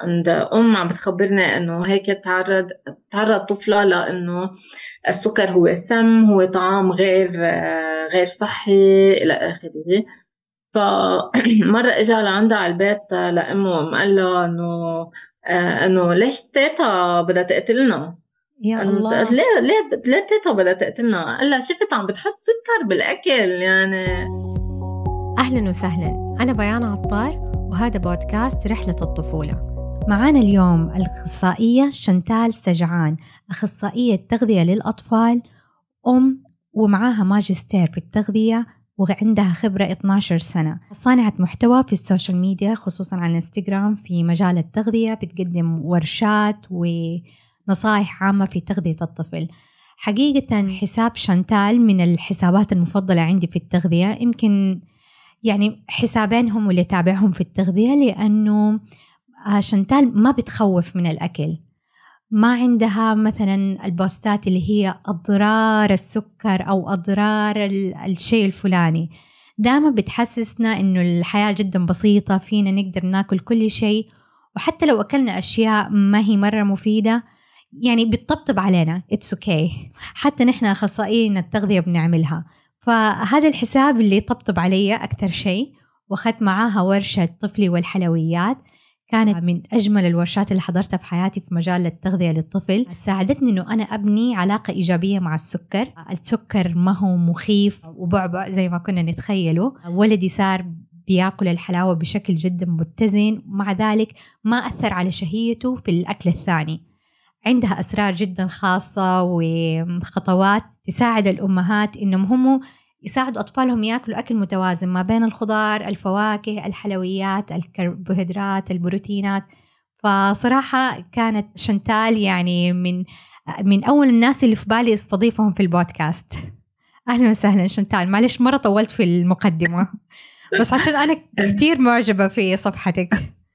عند عم بتخبرني إنه هيك تعرض طفلة لإنه السكر هو سم، هو طعام غير صحي إلى آخره. فمرة إجا لعندها على البيت لأمه قال لها إنه ليش تيتا بدها تقتلنا؟ يا قالت الله. ليه تيتا بدها تقتلنا؟ قال لها شفت عم بتحط سكر بالأكل يعني. أهلا وسهلا، أنا بيان عطار وهذا بودكاست رحلة الطفولة. معانا اليوم الأخصائية شنتال سجعان، أخصائية تغذية للأطفال، أم ومعاها ماجستير في التغذية، وعندها خبرة 12 سنة. صانعة محتوى في السوشيال ميديا خصوصا على الانستغرام في مجال التغذية، بتقدم ورشات ونصائح عامة في تغذية الطفل. حقيقة حساب شنتال من الحسابات المفضلة عندي في التغذية، يمكن يعني حسابين هم اللي تابعهم في التغذية، لأنه شنتال ما بتخوف من الأكل، ما عندها مثلا البوستات اللي هي أضرار السكر أو أضرار الشيء الفلاني. دائما بتحسسنا إنه الحياة جدا بسيطة، فينا نقدر ناكل كل شيء، وحتى لو أكلنا أشياء ما هي مرة مفيدة يعني بتطبطب علينا it's okay. حتى نحن أخصائيين التغذية بنعملها. فهذا الحساب اللي طبطب علي أكثر شيء. وأخذت معاها ورشة طفلي والحلويات، كانت من أجمل الورشات اللي حضرتها في حياتي في مجال التغذية للطفل. ساعدتني أنه أنا أبني علاقة إيجابية مع السكر. السكر ما هو مخيف وبعبع زي ما كنا نتخيله. ولدي صار بياكل الحلاوة بشكل جدا متزن، مع ذلك ما أثر على شهيته في الأكل الثاني. عندها أسرار جدا خاصة وخطوات تساعد الأمهات إنهم هم يساعدوا أطفالهم يأكلوا أكل متوازن ما بين الخضار، الفواكه، الحلويات، الكربوهيدرات، البروتينات. فصراحة كانت شنتال يعني من أول الناس اللي في بالي استضيفهم في البودكاست. أهلا وسهلا شنتال، معلش مرة طولت في المقدمة، بس عشان أنا كتير معجبة في صفحتك.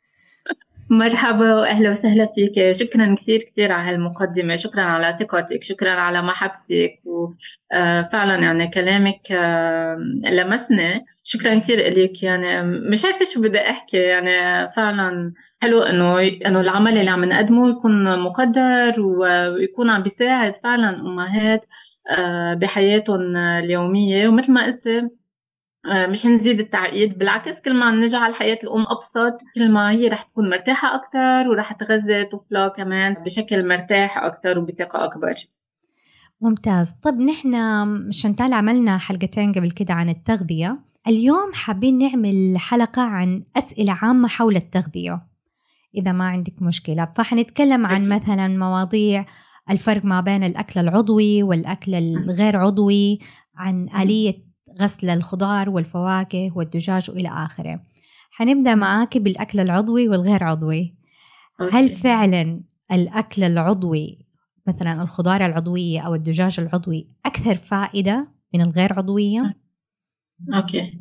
مرحبا وأهلا وسهلا فيك. شكرا كثير كثير على هالمقدمة، شكرا على ثقتك، شكرا على محبتك. وفعلا يعني كلامك لمسني. شكرا كثير إليك. يعني مش عارفة شو بدي أحكي. يعني فعلا حلو إنه العمل اللي عم نقدمه يكون مقدر ويكون عم بيساعد فعلا أمهات بحياتهم اليومية. ومثل ما قلت مش نزيد التعقيد، بالعكس كل ما نجعل حياة الأم أبسط كل ما هي رح تكون مرتاحة أكتر ورح تغذي طفلها كمان بشكل مرتاح أكتر وبثقة أكبر. ممتاز. طب نحن شنتال عملنا حلقتين قبل كده عن التغذية، اليوم حابين نعمل حلقة عن أسئلة عامة حول التغذية إذا ما عندك مشكلة. فحنتكلم عن أكيد. مثلا مواضيع الفرق ما بين الأكل العضوي والأكل الغير عضوي، عن آلية غسل الخضار والفواكه والدجاج وإلى آخره. حنبدأ معاك بالأكل العضوي والغير عضوي. هل أوكي. فعلا الأكل العضوي مثلا الخضار العضوية أو الدجاج العضوي أكثر فائدة من الغير عضوية؟ أوكي.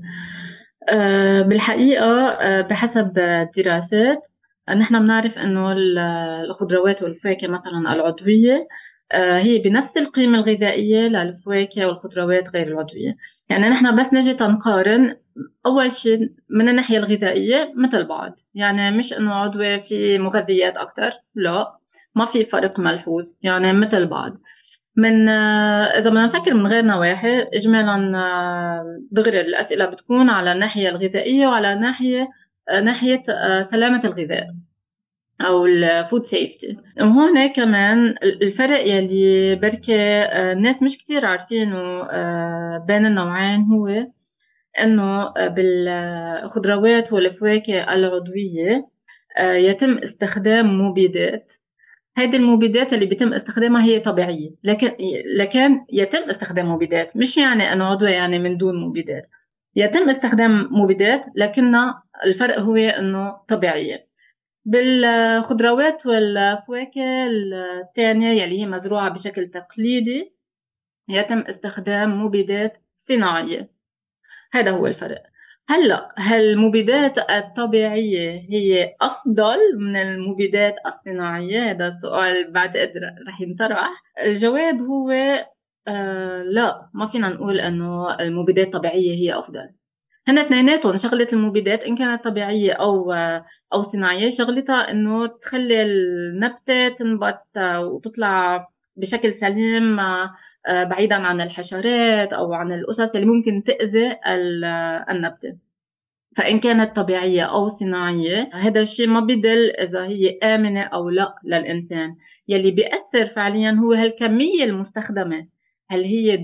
بالحقيقة بحسب الدراسات نحن بنعرف إنه الخضروات والفواكه مثلا العضوية هي بنفس القيمة الغذائية للفواكه والخضروات غير العضوية. يعني نحن بس نجي تنقارن، أول شيء من الناحية الغذائية مثل بعض. يعني مش إنه عضوي في مغذيات أكتر، لا، ما في فرق ملحوظ، يعني مثل بعض. من إذا بدنا نفكر من غير نواحي إجمالا دغري الأسئلة بتكون على الناحية الغذائية وعلى ناحية سلامة الغذاء أو الفود سيفتي. هون كمان الفرق يلي بركي الناس مش كتير عارفينه بين النوعين هو إنه بالخضروات والفواكه العضوية يتم استخدام مبيدات. هيدي المبيدات اللي بيتم استخدامها هي طبيعية، لكن يتم استخدام مبيدات، مش يعني أنه عضوة يعني من دون مبيدات. يتم استخدام مبيدات لكن الفرق هو أنه طبيعية. بالخضروات والفواكه الثانية يلي هي مزروعة بشكل تقليدي يتم استخدام مبيدات صناعية. هذا هو الفرق. هلا هالمبيدات الطبيعية هي أفضل من المبيدات الصناعية؟ هذا السؤال بعتقد رح ينطرح. الجواب هو لا، ما فينا نقول أنه المبيدات الطبيعية هي أفضل. هن اثنيناتهم شغلة المبيدات إن كانت طبيعية أو صناعية، شغلتها إنه تخلي النبتة تنبت وتطلع بشكل سليم، بعيدا عن الحشرات أو عن القصص اللي ممكن تأذي النبتة. فإن كانت طبيعية أو صناعية، هذا الشيء ما بدل إذا هي آمنة أو لا للإنسان. يلي بيأثر فعليا هو هالكمية المستخدمة، هل هي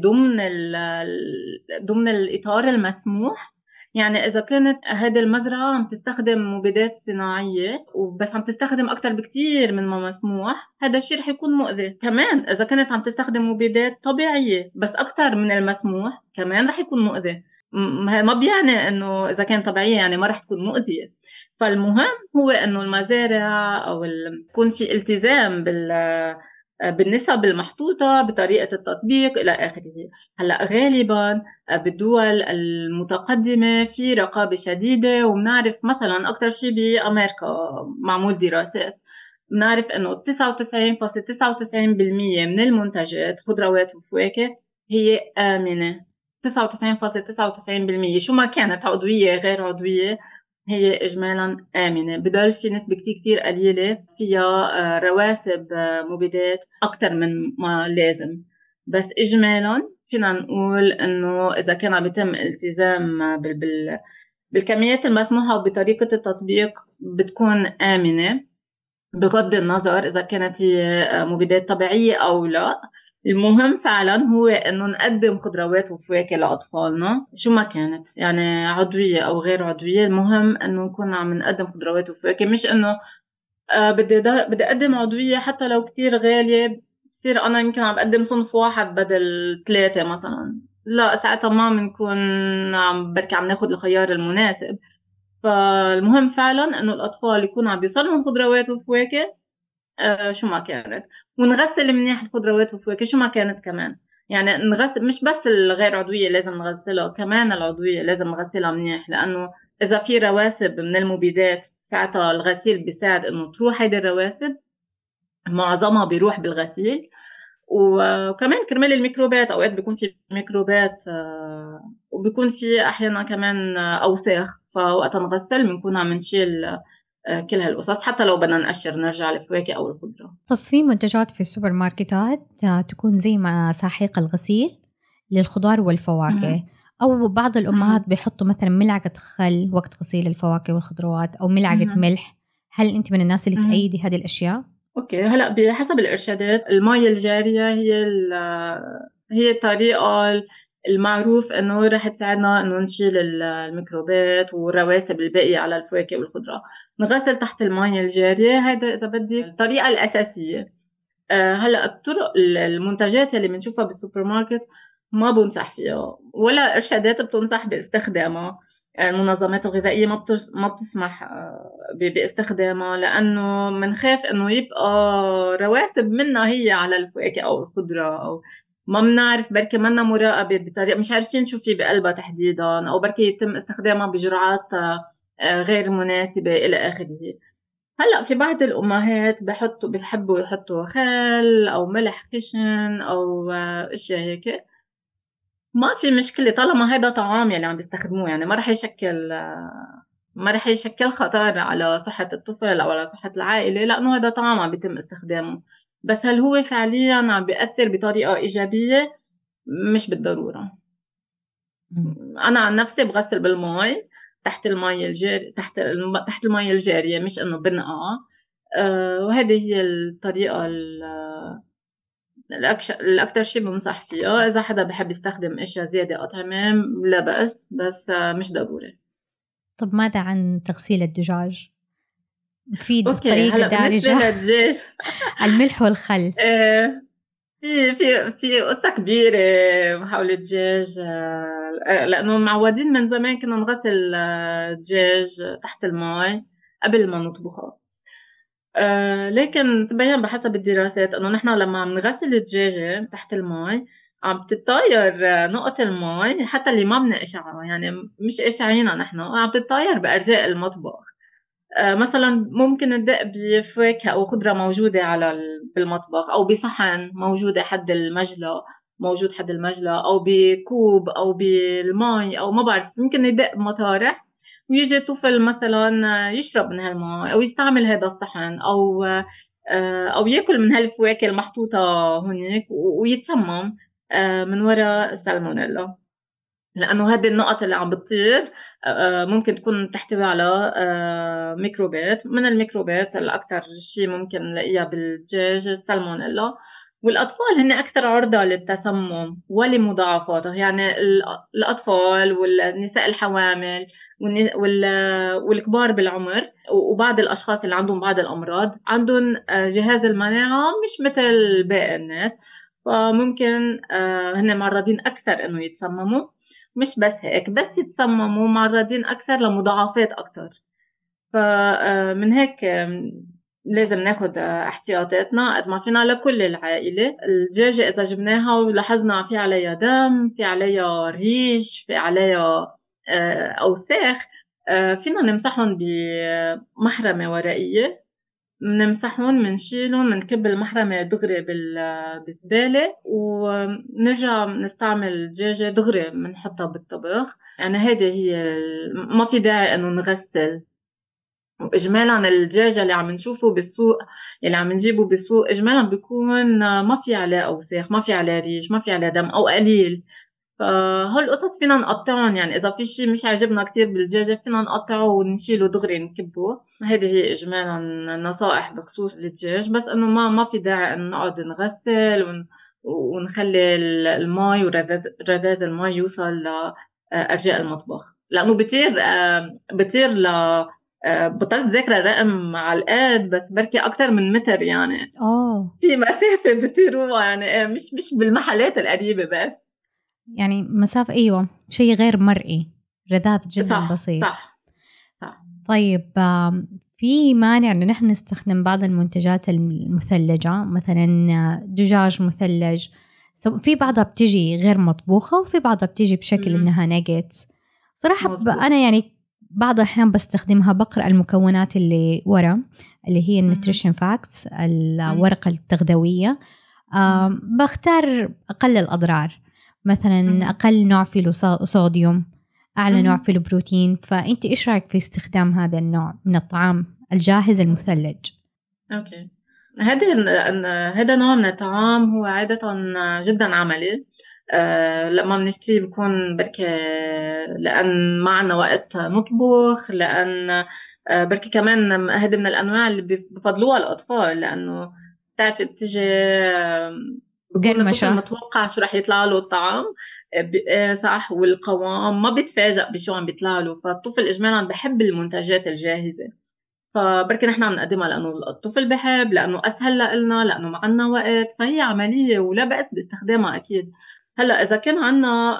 ضمن الإطار المسموح. يعني إذا كانت هذه المزرعة عم تستخدم مبيدات صناعية وبس عم تستخدم أكتر بكتير من ما مسموح، هذا الشيء رح يكون مؤذي. كمان إذا كانت عم تستخدم مبيدات طبيعية بس أكتر من المسموح، كمان رح يكون مؤذي. ما بيعني انه اذا كانت طبيعيه يعني ما رح تكون مؤذيه. فالمهم هو انه المزارع يكون في التزام بالنسب المحطوطة بطريقة التطبيق إلى آخره. هلأ غالبا بالدول المتقدمة في رقابة شديدة، وبنعرف مثلا أكتر شيء بأمريكا معمول دراسات، بنعرف أنه 99.99% من المنتجات خضروات وفواكه هي آمنة. 99.99% شو ما كانت عضوية غير عضوية هي إجمالا آمنة. بضل في نسبة كتير قليلة فيها رواسب مبيدات أكتر من ما لازم. بس إجمالا فينا نقول إنه إذا كان عم يتم التزام بالكميات المسموحة وبطريقة التطبيق بتكون آمنة، بغض النظر إذا كانت هي مبيدات طبيعية أو لا. المهم فعلا هو إنه نقدم خضروات وفواكه لأطفالنا شو ما كانت، يعني عضوية أو غير عضوية. المهم إنه نكون عم نقدم خضروات وفواكه، مش إنه بدي أقدم عضوية حتى لو كتير غالية، بصير أنا يمكن عم بقدم صنف واحد بدل 3 مثلا. لا، ساعتها ما بنكون بركي عم ناخد الخيار المناسب. فالمهم فعلا إنه الأطفال يكونوا عم بيوصلهم خضروات وفواكه شو ما كانت، ونغسل منيح الخضروات والفواكه شو ما كانت كمان. يعني نغسل مش بس الغير عضوية لازم نغسلها، كمان العضوية لازم نغسلها منيح، لأنه إذا في رواسب من المبيدات ساعتها الغسيل بيساعد إنه تروح هيدي الرواسب، معظمها بيروح بالغسيل. وكمان كرمال الميكروبات، أوقات بيكون في ميكروبات وبيكون في أحيانا كمان أوساخ، فوقت نغسل بنكون عم نشيل كل هالقصص، حتى لو بدنا نقشر نرجع الفواكه أو الخضرة. طب في منتجات في السوبر ماركتات تكون زي مساحيق الغسيل للخضار والفواكه، أو بعض الأمهات بيحطوا مثلا ملعقة خل وقت غسيل الفواكه والخضروات أو ملعقة ملح. هل أنت من الناس اللي تأيدي هذه الأشياء؟ أوكي، هلأ بحسب الإرشادات المية الجارية هي الطريقة المعروف إنه رح تساعدنا إنه نشيل الميكروبات والرواسب الباقية على الفواكه والخضرة. نغسل تحت المية الجارية، هذا إذا بدي الطريقة الأساسية. هلأ الطرق المنتجات اللي بنشوفها بالسوبر ماركت ما بنصح فيها، ولا إرشادات بتنصح باستخدامها. المنظمات الغذائية ما بتسمح باستخدامها، لأنه منخاف إنه يبقى رواسب منها هي على الفواكه أو الخضرة، أو ما بنعرف بركي منا مراقبة بطريقة، مش عارفين شو في بقلبها تحديدا، أو بركي يتم استخدامها بجرعات غير مناسبة إلى آخره. هلا في بعض الامهات بحبوا يحطوا خل او ملح خشن او اشياء هيك. ما في مشكله طالما هذا طعام يعني عم بيستخدموه، يعني ما رح يشكل خطر على صحه الطفل او على صحه العائله، لانه هذا طعام عم بيتم استخدامه. بس هل هو فعليا عم بيأثر بطريقه ايجابيه؟ مش بالضروره. انا عن نفسي بغسل بالمي تحت المي الجاري، تحت المي الجاريه، مش انه بنقع. وهذه هي الطريقة الأكثر شيء بنصح فيها. إذا حدا بحب يستخدم أشياء زيادة أطعمة لا بأس، بس مش ضروري. طب ماذا عن تغسيل الدجاج؟ في أوكي، طريقة هلا بالنسبة دارجة للدجاج الملح والخل. في قصة كبيرة حول الدجاج. لأنه معودين من زمان كنا نغسل الدجاج تحت الماء قبل ما نطبخها. لكن تبين بحسب الدراسات انه نحن لما عم نغسل الدجاجة تحت المي عم تتطاير نقط المي، حتى اللي ما بنقشعها، يعني مش قاشعينها نحن، عم تتطاير بأرجاء المطبخ. مثلا ممكن ندق بفواكه أو خضرة موجودة بالمطبخ، أو بصحن موجودة حد المجلى، موجود حد المجلى أو بكوب أو بالماء أو ما بعرف، ممكن يدق مطارح ويجي طفل مثلا يشرب من هالماء أو يستعمل هذا الصحن أو يأكل من هالفواكه المحطوطة هناك ويتسمم من وراء السالمونيلا. لأنه هذه النقط اللي عم بتطير ممكن تكون تحتوي على ميكروبات. من الميكروبات الأكثر شيء ممكن نلاقيها بالدجاج السالمونيلا. والأطفال هن أكثر عرضة للتسمم ولمضاعفاته، يعني الأطفال والنساء الحوامل والكبار بالعمر وبعض الأشخاص اللي عندهم بعض الأمراض عندهم جهاز المناعة مش مثل باقي الناس، فممكن هن معرضين أكثر إنه يتسمموا. مش بس هيك، بس يتسمموا معرضين أكثر لمضاعفات أكثر. فمن هيك لازم ناخد احتياطاتنا قد ما فينا لكل العائلة. الدجاجة إذا جبناها ولاحظنا في عليها دم، في عليها ريش، في عليها أوساخ، فينا نمسحهم بمحرمة ورقية. منمسحهم، منشيلهم، منكب المحرمة دغري بالزبالة ونرجع نستعمل الدجاجة دغري منحطها بالطبخ. يعني هيدي هي ما في داعي انه نغسل. واجمالا الدجاجة اللي عم نشوفه بالسوق، اللي عم نجيبه بالسوق، اجمالا بيكون ما في عليه اوساخ، ما في عليه ريش، ما في عليه دم او قليل. فهول القصص فينا نقطعهم، يعني إذا في شيء مش عاجبنا كتير بالدجاجة فينا نقطعه ونشيله دغري نكبه. هذه هي إجمالا نصائح بخصوص الدجاج، بس إنه ما في داعي إنه نقعد نغسل ونخلي الماء ورذاذ الماء يوصل لأرجاء المطبخ، لأنه بطير بطلت ذاكرة الرقم على القد، بس بركي أكتر من متر يعني. في مسافة بطيروها يعني، مش بالمحلات القريبة بس، يعني مسافة. أيوة، شيء غير مرئي، رذاذ جدا صح بسيط. صح. طيب في مانع إنه نحن نستخدم بعض المنتجات المثلجة، مثلا دجاج مثلج؟ في بعضها بتيجي غير مطبوخة وفي بعضها بتيجي بشكل إنها ناجتس. صراحة أنا يعني بعض الأحيان بستخدمها، بقرأ المكونات اللي ورا اللي هي النيوتريشن فاكتس، الورقة التغذوية، بختار أقل الأضرار، مثلا أقل نوع فيه صوديوم، أعلى نوع فيه بروتين. فأنت إيش رأيك في استخدام هذا النوع من الطعام الجاهز المثلج؟ أوكي، هذا نوع من الطعام هو عادة جدا عملي. لما بنشتري بيكون بركي لأن ما عنا وقت نطبخ، لأن بركي كمان هذا من الأنواع اللي بفضلوها الأطفال، لأنه بتعرفي بتيجي بكون الطفل متوقع شو رح يطلع له الطعام صح، والقوام ما بيتفاجأ بشو عم بيطلع له. فالطفل إجمالا بحب المنتجات الجاهزة، فبركي نحن عم نقدمها لأنه الطفل بحب، لأنه أسهل لنا، لأنه ما عنا وقت، فهي عملية ولا بأس باستخدامها أكيد. هلأ إذا كان عنا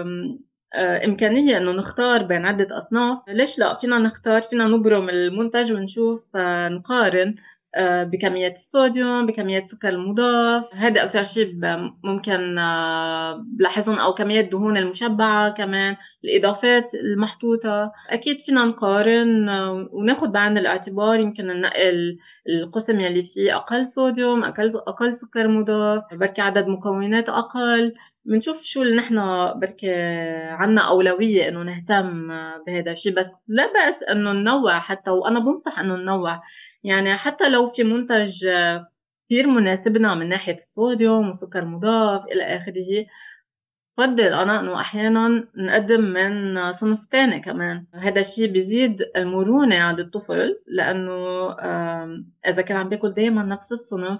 إمكانية إنه نختار بين عدة أصناف، ليش لا؟ فينا نختار، فينا نبرم المنتج ونشوف نقارن بكمية الصوديوم، بكمية السكر المضاف، هذا أكتر شيء ممكن بلاحظهم، أو كمية الدهون المشبعة، كمان الإضافات المحطوطة. أكيد فينا نقارن وناخد بعين الاعتبار، يمكن ننقل القسم يلي فيه أقل صوديوم، أقل سكر مضاف، بركي عدد مكونات أقل. بنشوف شو اللي نحن بركي عنا أولوية إنه نهتم بهذا الشيء. بس لا بأس إنه ننوع حتى، وأنا بنصح إنه ننوع، يعني حتى لو في منتج كتير مناسبنا من ناحية الصوديوم وسكر مضاف إلى آخره، بفضل أنا إنه أحيانا نقدم من صنف تاني كمان. هذا الشيء بيزيد المرونة عند الطفل، لأنه إذا كان عم بياكل دايما نفس الصنف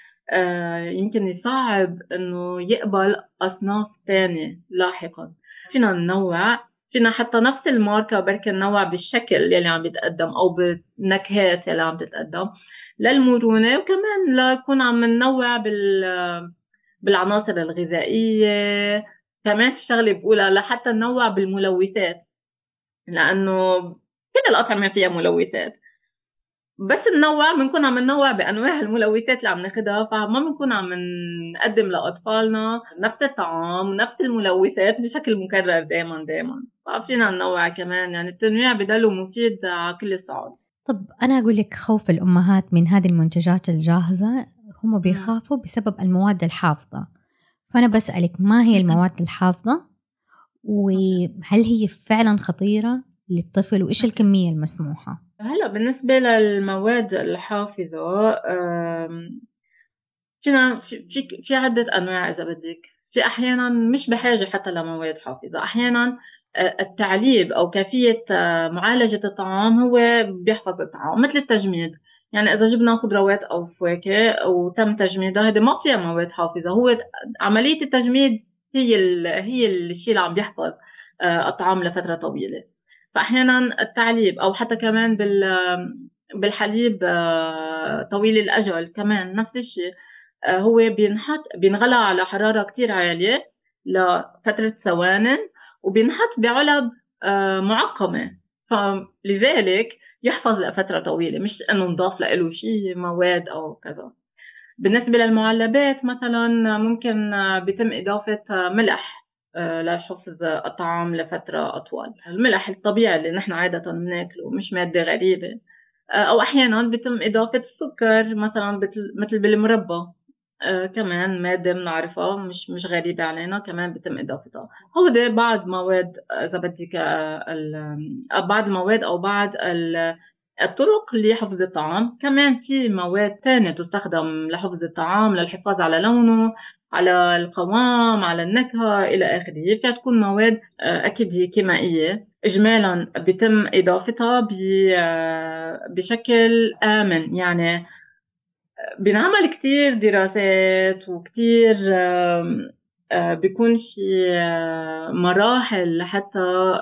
يمكن يصعب إنه يقبل أصناف تانية لاحقا. فينا ننوع، فينا حتى نفس الماركة بركي ننوع بالشكل يلي عم بيتقدم أو بالنكهات يلي عم تتقدم للمرونة، وكمان ليكون عم ننوع بالعناصر الغذائية. كمان في شغلة بقولها، لحتى ننوع بالملوثات، لأنه كل الأطعمة فيها ملوثات، بس ننوع بنكون عم ننوع بأنواع الملوثات اللي عم ناخدها، فما بنكون عم نقدم لأطفالنا نفس الطعام ونفس الملوثات بشكل مكرر دايما. ففينا ننوع كمان، يعني التنويع بدله مفيد على كل الصعود. طب أنا أقول لك، خوف الأمهات من هذه المنتجات الجاهزة هم بيخافوا بسبب المواد الحافظة، فأنا بسألك ما هي المواد الحافظة، وهل هي فعلا خطيرة للطفل، وإيش الكمية المسموحة؟ هلا بالنسبة للمواد الحافظة، فينا في عدة أنواع إذا بدك. في أحيانا مش بحاجة حتى لمواد حافظة. أحيانا التعليب أو كيفية معالجة الطعام هو بيحفظ الطعام، مثل التجميد. يعني إذا جبنا خضروات أو فواكه وتم تجميدها، هذا ما فيها مواد حافظة. هو عملية التجميد هي الشيء اللي عم بيحفظ الطعام لفترة طويلة. فأحيانا التعليب أو حتى كمان بالحليب طويل الأجل كمان نفس الشيء. هو بينغلى على حرارة كتير عالية لفترة ثوان، وبينحط بعلب معقمة، فلذلك يحفظ لفترة طويلة، مش انه نضاف له شيء مواد او كذا. بالنسبة للمعلبات مثلا ممكن بيتم إضافة ملح لحفظ الطعام لفترة أطول. الملح الطبيعي اللي نحن عادة بناكله، مش مادة غريبة. أو أحيانا بيتم إضافة السكر مثلا مثل بالمربى. كمان مادة بنعرفها مش غريبة علينا، كمان بيتم إضافتها. هودي بعض مواد إذا بدك بعض المواد أو بعض الطرق لحفظ الطعام. كمان في مواد تانية تستخدم لحفظ الطعام، للحفاظ على لونه، على القوام، على النكهة إلى آخره. فيها تكون مواد أكيد هي كيميائية، إجمالا بيتم إضافتها بشكل آمن. يعني بنعمل كتير دراسات وكتير بيكون في مراحل لحتى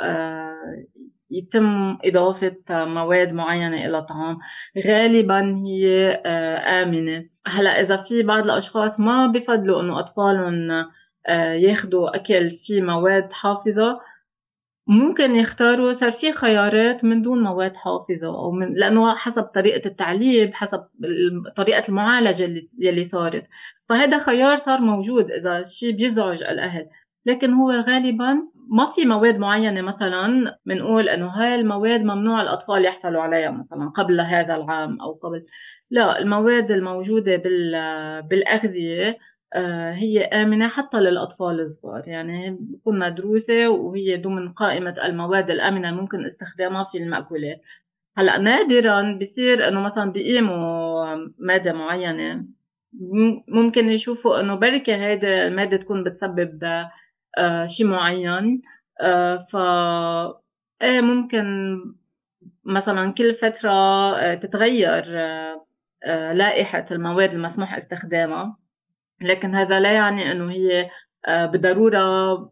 يتم إضافة مواد معينة إلى الطعام. غالبا هي آمنة. هلأ إذا في بعض الأشخاص ما بفضلوا إنه أطفالهم ياخدوا أكل فيه مواد حافظة، ممكن يختاروا. صار في خيارات من دون مواد حافظة، أو لأنه حسب طريقة التعليب، حسب طريقة المعالجة يلي صارت. فهذا خيار صار موجود إذا الشيء بيزعج الأهل. لكن هو غالبا ما في مواد معينة مثلا بنقول إنه هاي المواد ممنوع الأطفال يحصلوا عليها مثلا قبل هذا العام أو قبل. لا، المواد الموجودة بالأغذية هي آمنة حتى للأطفال الصغار. يعني بتكون مدروسة وهي ضمن قائمة المواد الآمنة الممكن استخدامها في المأكولات. هلأ نادرا بصير إنه مثلا بيقيموا مادة معينة، ممكن يشوفوا إنه بركة هيدا المادة تكون بتسبب شيء معين. ف ايه ممكن مثلا كل فترة تتغير لائحة المواد المسموح استخدامها. لكن هذا لا يعني انه هي بالضرورة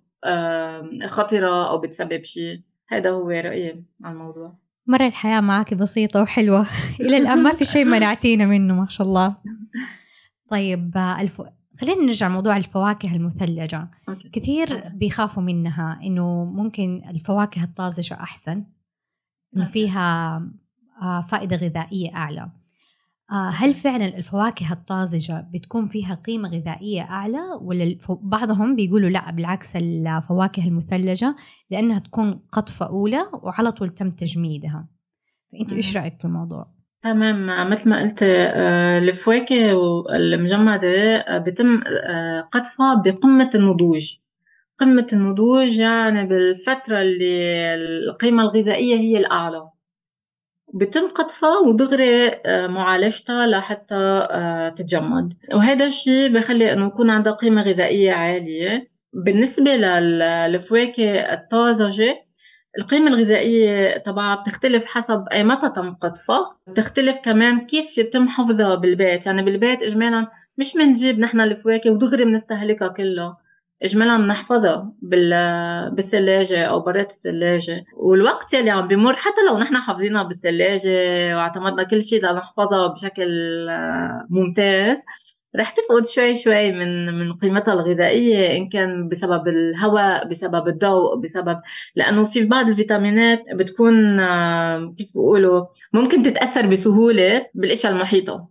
خطرة او بتسبب شيء. هذا هو رأيي عن الموضوع. مرة الحياة معك بسيطة وحلوة. إلى الآن ما في شيء منعتينا منه، ما شاء الله. طيب خلينا نرجع موضوع الفواكه المثلجة. أوكي. كثير بيخافوا منها، إنه ممكن الفواكه الطازجة أحسن، إنه فيها فائدة غذائية أعلى. هل فعلا الفواكه الطازجة بتكون فيها قيمة غذائية أعلى، ولا بعضهم بيقولوا لا بالعكس الفواكه المثلجة لأنها تكون قطفة أولى وعلى طول تم تجميدها؟ فأنت إيش رأيك في الموضوع؟ تمام. مثل ما قلت الفواكه المجمدة بتم قطفها بقمة النضوج. قمة النضوج يعني بالفترة اللي القيمة الغذائية هي الأعلى، بتم قطفها ودغري معالجتها لحتى تتجمد. وهذا الشيء بخلي انه يكون عندها قيمة غذائية عالية. بالنسبة للفواكه الطازجة، القيمة الغذائية طبعا بتختلف حسب أي متى تم قطفها. بتختلف كمان كيف يتم حفظها بالبيت. يعني بالبيت إجمالا مش منجيب نحن الفواكه ودغري بنستهلكها كلها. إجمالا بنحفظها بالثلاجة أو برات الثلاجة. والوقت يلي عم بيمر حتى لو نحن حافظينها بالثلاجة واعتمدنا كل شيء لنحفظها بشكل ممتاز، رح تفقد شوي شوي من قيمتها الغذائية، إن كان بسبب الهواء، بسبب الضوء، بسبب لأنه في بعض الفيتامينات بتكون كيف بيقولوا ممكن تتأثر بسهولة بالأشياء المحيطة.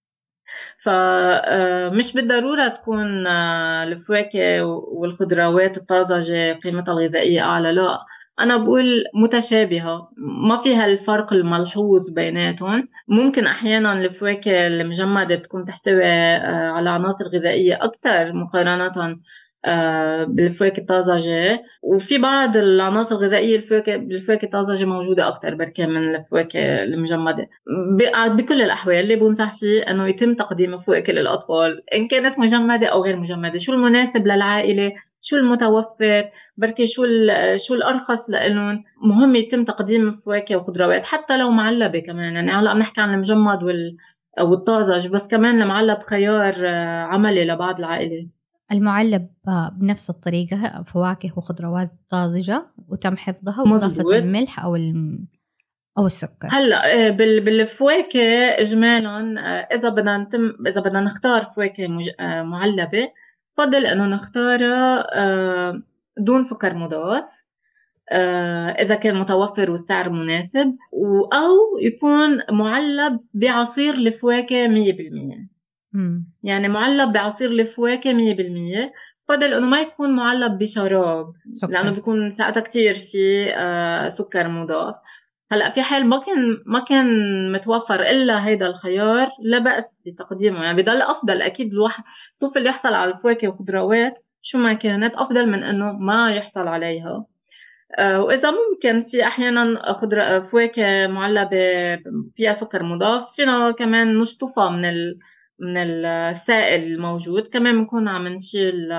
فمش بالضرورة تكون الفواكه والخضروات الطازجة قيمتها الغذائية أعلى. لا، أنا بقول متشابهة، ما فيها الفرق الملحوظ بيناتهم. ممكن أحيانا الفواكه المجمدة بتكون تحتوي على عناصر غذائية أكثر مقارنة بالفواكه الطازجة، وفي بعض العناصر الغذائية بالفواكه الطازجة موجودة أكثر بركة من الفواكه المجمدة. بكل الأحوال اللي بنصح فيه أنه يتم تقديم فواكه للأطفال إن كانت مجمدة أو غير مجمدة، شو المناسب للعائلة، شو المتوفر، بركي شو الأرخص لإلهم. مهم يتم تقديم فواكه وخضروات حتى لو معلبة كمان. يعني هلا بنحكي عن المجمد والطازج، بس كمان المعلب خيار عملي لبعض العائلات. المعلب بنفس الطريقة، فواكه وخضروات طازجة وتم حفظها وإضافة مزبوط. الملح أو السكر. هلا بالفواكه اجمالا، اذا بدنا نختار فواكه معلبه، بفضل انه نختارها دون سكر مضاف، اذا كان متوفر والسعر مناسب، او يكون معلب بعصير الفواكه 100%. يعني معلب بعصير الفواكه 100%. بفضل انه ما يكون معلب بشراب، لانه سكر. بيكون ساعتها كتير في سكر مضاف. هلا في حال ما كان متوفر الا هيدا الخيار، لا بأس بتقديمه. يعني بضل افضل اكيد الواحد شوف اللي يحصل على الفواكه والخضروات شو ما كانت، افضل من انه ما يحصل عليها. واذا ممكن في احيانا فواكه معلبه فيها سكر مضاف، فينا كمان نشطفها من السائل الموجود، كمان بنكون عم نشيل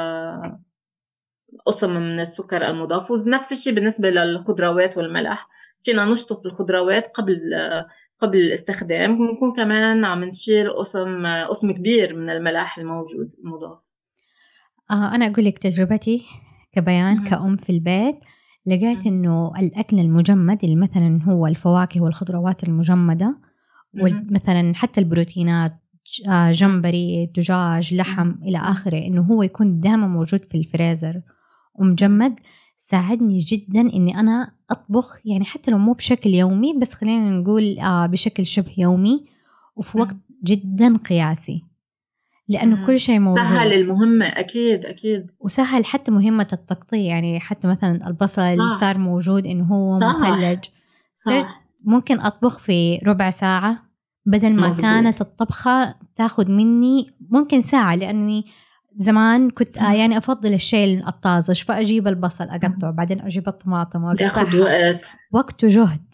قسم من السكر المضاف. ونفس الشيء بالنسبة للخضروات والملح، فينا نشطف الخضروات قبل الاستخدام، ونكون كمان عم نشيل قسم كبير من الملح الموجود المضاف. أنا أقول لك تجربتي كبيان كأم في البيت. لقيت إنه الأكل المجمد اللي مثلا هو الفواكه والخضروات المجمدة، ومثلا حتى البروتينات، جمبري، دجاج، لحم إلى آخره، إنه هو يكون دائما موجود في الفريزر ومجمد، ساعدني جدا إني أنا أطبخ، يعني حتى لو مو بشكل يومي بس خلينا نقول بشكل شبه يومي وفي وقت جدا قياسي، لأنه كل شيء موجود. سهل المهمة، أكيد أكيد. وسهل حتى مهمة التقطيع، يعني حتى مثلا البصل صار موجود إنه هو مثلج، صرت ممكن أطبخ في ربع ساعة بدل ما مزبوط. كانت الطبخة تاخد مني ممكن ساعة، لأني زمان كنت يعني أفضل الشيء الطازج، فأجيب البصل أقطعه بعدين أجيب الطماطم ياخد وقت وجهد.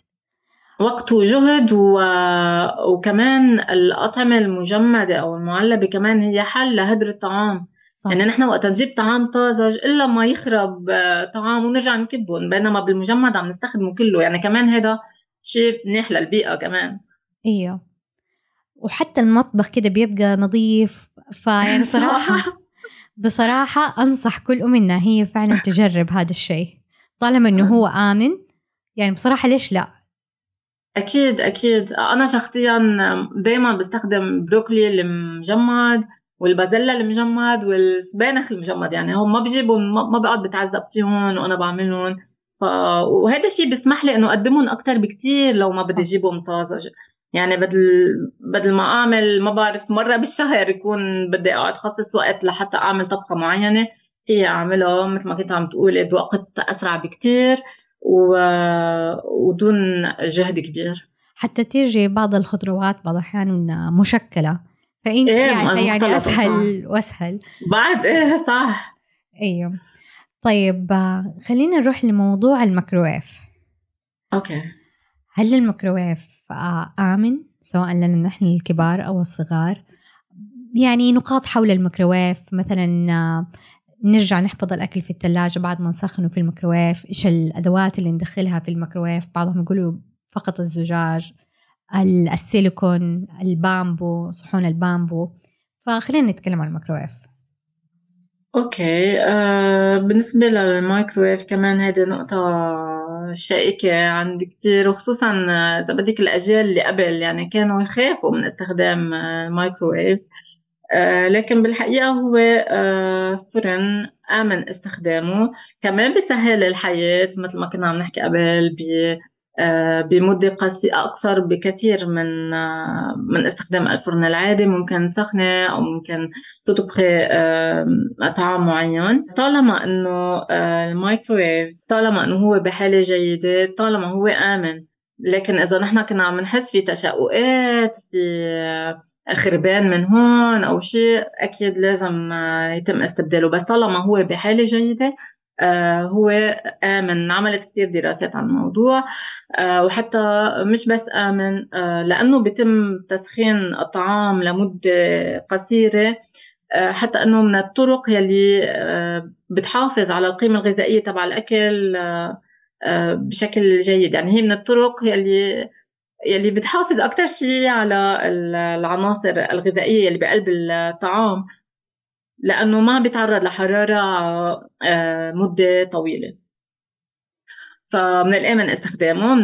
وكمان الأطعمة المجمدة أو المعلبة كمان هي حل لهدر الطعام. صح. يعني نحن وقت نجيب طعام طازج إلا ما يخرب طعام ونرجع نكبهم، بينما بالمجمد عم نستخدمه كله. يعني كمان هذا شيء منيح للبيئة كمان. ايوه، وحتى المطبخ كده بيبقى نظيف. فيعني بصراحة أنصح كل أم إنها هي فعلا تجرب هذا الشيء طالما إنه هو آمن. يعني بصراحة ليش لا؟ أكيد أكيد. أنا شخصيا دايما بستخدم بروكلي المجمد والبازيلا المجمد والسبانخ المجمد. يعني هم ما بجيبهم، ما بقعد بتعذب فيهم وأنا بعملهم. وهذا الشيء بيسمح لي إنه أقدمهم أكتر بكتير لو ما بدي أجيبهم طازج. يعني بدل ما أعمل ما بعرف مرة بالشهر يكون بدي أقعد خصص وقت لحتى أعمل طبخة معينة، في أعملها مثل ما كنت عم تقولي بوقت أسرع بكتير ودون جهد كبير. حتى تيجي بعض الخضروات بعض الأحيان مشكلة، فإنت يعني أسهل وأسهل بعد. صح. أيوه. طيب خلينا نروح لموضوع الميكروويف. أوكي. هل الميكروويف آمن سواء لنا نحن الكبار أو الصغار؟ يعني نقاط حول الميكروويف، مثلا نرجع نحفظ الأكل في الثلاجة بعد ما نسخنه في الميكروويف، إيش الأدوات اللي ندخلها في الميكروويف؟ بعضهم يقولوا فقط الزجاج، السيليكون، البامبو، صحون البامبو. فخلينا نتكلم عن الميكروويف. أوكي. بالنسبة للمايكروويف كمان هذه نقطة شائكة عند كتير، وخصوصا إذا بدك الأجيال اللي قبل يعني كانوا يخافوا من استخدام المايكروويف. لكن بالحقيقة هو فرن آمن استخدامه، كمان بسهل الحياة مثل ما كنا عم نحكي قبل بمدة أقصر بكثير من استخدام الفرن العادي. ممكن تسخني أو ممكن تطبخي طعام معين. طالما إنه الميكروويف طالما إنه هو بحالة جيدة، طالما هو آمن. لكن إذا نحن كنا عم نحس في تشققات، في خربان من هون أو شيء، أكيد لازم يتم استبداله. بس طالما هو بحالة جيدة هو آمن. عملت كتير دراسات عن الموضوع. وحتى مش بس آمن، لأنه بيتم تسخين الطعام لمدة قصيرة. حتى أنه من الطرق يلي بتحافظ على القيمة الغذائية تبع الأكل بشكل جيد. يعني هي من الطرق يلي بتحافظ أكتر شيء على العناصر الغذائية اللي بقلب الطعام، لأنه ما بيتعرض لحرارة مدة طويلة. فمن الآمن استخدامه،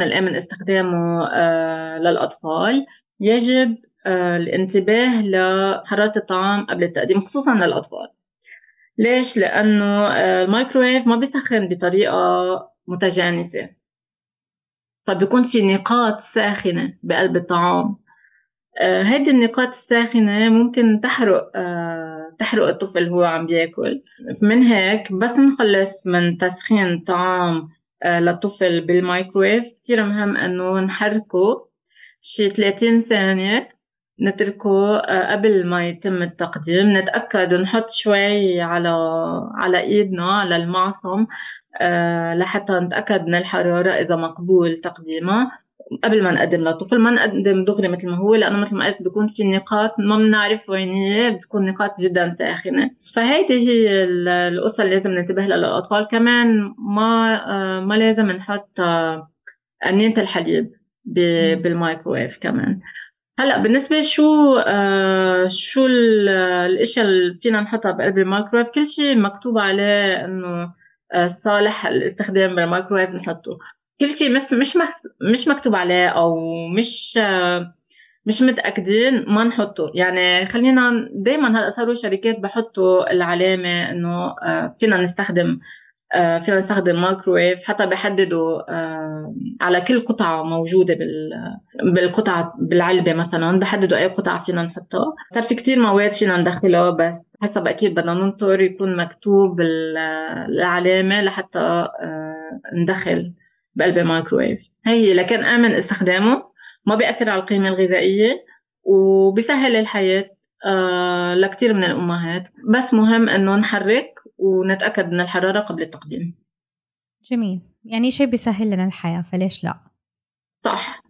للأطفال. يجب الانتباه لحرارة الطعام قبل التقديم، خصوصا للأطفال. ليش؟ لأنه الميكروويف ما بيسخن بطريقة متجانسة، فبيكون في نقاط ساخنة بقلب الطعام. هذه النقاط الساخنة ممكن تحرق الطفل هو عم بياكل. من هيك بس نخلص من تسخين طعام للطفل بالمايكرويف، كتير مهم انه نحركه شي 30 ثانية، نتركه قبل ما يتم التقديم. نتأكد نحط شوي على ايدنا على المعصم لحتى نتأكد من الحرارة إذا مقبول تقديمها قبل ما نقدم للطفل. ما نقدم دغري مثل ما هو، لأنه مثل ما قلت بيكون في نقاط ما بنعرف وين هي، بتكون نقاط جدا ساخنة. فهيدي هي القصة اللي لازم ننتبه لها للأطفال. كمان ما لازم نحط أنينة الحليب بالمايكروويف كمان. هلا بالنسبة شو الاشياء اللي فينا نحطها بقلب الميكروويف، كل شيء مكتوب عليه انه صالح الاستخدام بالميكروويف نحطه. كل شيء مش مكتوب عليه او مش متأكدين ما نحطه. يعني خلينا دايما، هلا صاروا شركات بحطوا العلامة انه فينا نستخدم مايكروويف، حتى بحددوا على كل قطعة موجودة بالقطعة بالعلبة مثلا، بحددوا أي قطعة فينا نحطها. صار في كتير مواد فينا ندخلها، بس حسب أكيد بدنا ننطر يكون مكتوب العلامة لحتى ندخل بقلب المايكروويف. هي لكن آمن استخدامه، ما بيأثر على القيمة الغذائية، وبيسهل الحياة لكتير من الأمهات. بس مهم إنه نحرك ونتأكد من الحرارة قبل التقديم. جميل، يعني شيء بيسهل لنا الحياة، فليش لا؟ صح.